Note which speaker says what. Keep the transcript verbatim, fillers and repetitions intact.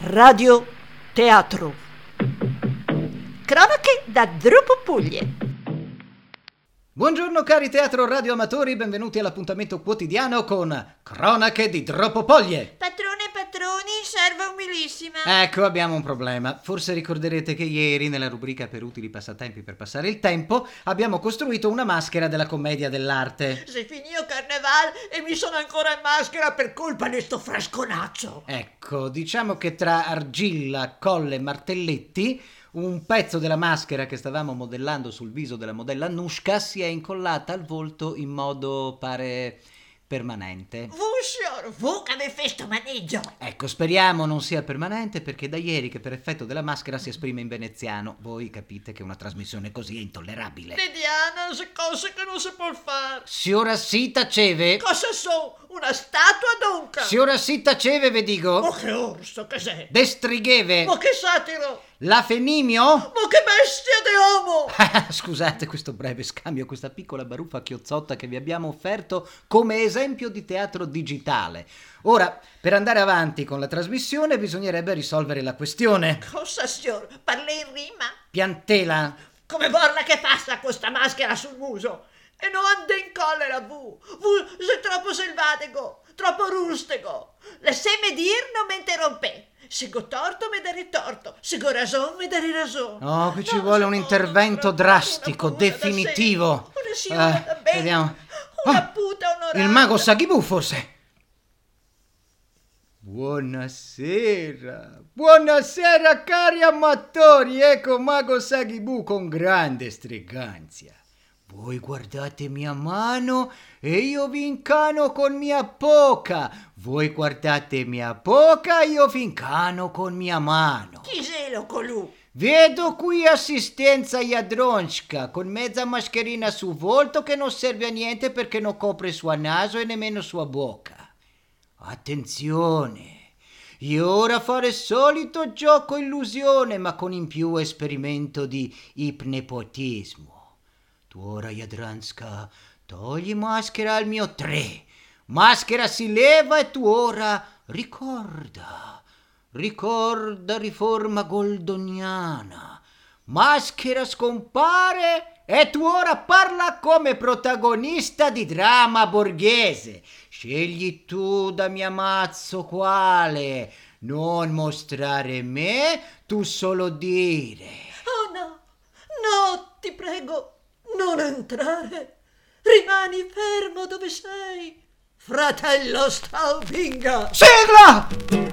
Speaker 1: Radio Teatro. Cronache da Dropo Puglie.
Speaker 2: Buongiorno cari teatro radio amatori, benvenuti all'appuntamento quotidiano con Cronache di Dropo Puglie.
Speaker 3: Patrone e patroni, serva umilissima.
Speaker 2: Ecco, abbiamo un problema. Forse ricorderete che ieri, nella rubrica per utili passatempi per passare il tempo, abbiamo costruito una maschera della commedia dell'arte.
Speaker 3: Si finì il carneval e mi sono ancora in maschera per colpa di sto fresconaccio.
Speaker 2: Ecco, diciamo che tra argilla, colle e martelletti, un pezzo della maschera che stavamo modellando sul viso della modella Anushka si è incollata al volto in modo, pare, permanente.
Speaker 3: Vu, signor, vu che mi fai sto maneggio.
Speaker 2: Ecco, speriamo non sia permanente, perché da ieri che per effetto della maschera si esprime in veneziano. Voi capite che una trasmissione così è intollerabile.
Speaker 3: Vediamo se cose che non si può fare.
Speaker 2: Signora si taceve?
Speaker 3: Cosa so? Una statua dunque?
Speaker 2: Signora si taceve, ve dico?
Speaker 3: Oh, che orso che sei?
Speaker 2: Destrigheve?
Speaker 3: Ma che satiro?
Speaker 2: La Fenimio?
Speaker 3: Ma che bestia di uomo!
Speaker 2: Scusate questo breve scambio, questa piccola baruffa chiozzotta che vi abbiamo offerto come esempio di teatro digitale. Ora, per andare avanti con la trasmissione bisognerebbe risolvere la questione.
Speaker 3: Cosa, signor? Parli in rima?
Speaker 2: Piantela?
Speaker 3: Come vorla che passa questa maschera sul muso? E non ande in collera, vu. Vu sei troppo selvatico, troppo rustico. Le seme dir non mi interrompe. Se go torto mi dai torto, se go ragion mi dai ragione.
Speaker 2: Oh, qui ci
Speaker 3: No,
Speaker 2: vuole
Speaker 3: no,
Speaker 2: un
Speaker 3: no,
Speaker 2: intervento
Speaker 3: una
Speaker 2: drastico,
Speaker 3: paura da
Speaker 2: definitivo.
Speaker 3: sempre. Una signora
Speaker 2: Eh,
Speaker 3: da bene,
Speaker 2: vediamo.
Speaker 3: una
Speaker 2: Oh,
Speaker 3: puta onorata.
Speaker 2: il mago Saghibu forse? Buonasera, buonasera cari amatori, ecco mago Saghibu con grande streganzia. Voi guardate mia mano e io vi incano con mia poca. Voi guardate mia poca e io vi incano con mia mano.
Speaker 3: Chi sei lo colù?
Speaker 2: Vedo qui assistenza Jadronska con mezza mascherina sul volto che non serve a niente perché non copre suo naso e nemmeno sua bocca. Attenzione, io ora fare solito gioco illusione ma con in più esperimento di ipnepotismo. Tu ora Jadranska togli maschera al mio tre, maschera si leva e tu ora ricorda, ricorda riforma goldoniana, maschera scompare e tu ora parla come protagonista di dramma borghese. Scegli tu da mia mazzo quale, non mostrare me, tu solo dire.
Speaker 3: Oh no, no, ti prego, non entrare. Rimani fermo dove sei. Fratello Staubinga.
Speaker 2: Sigla!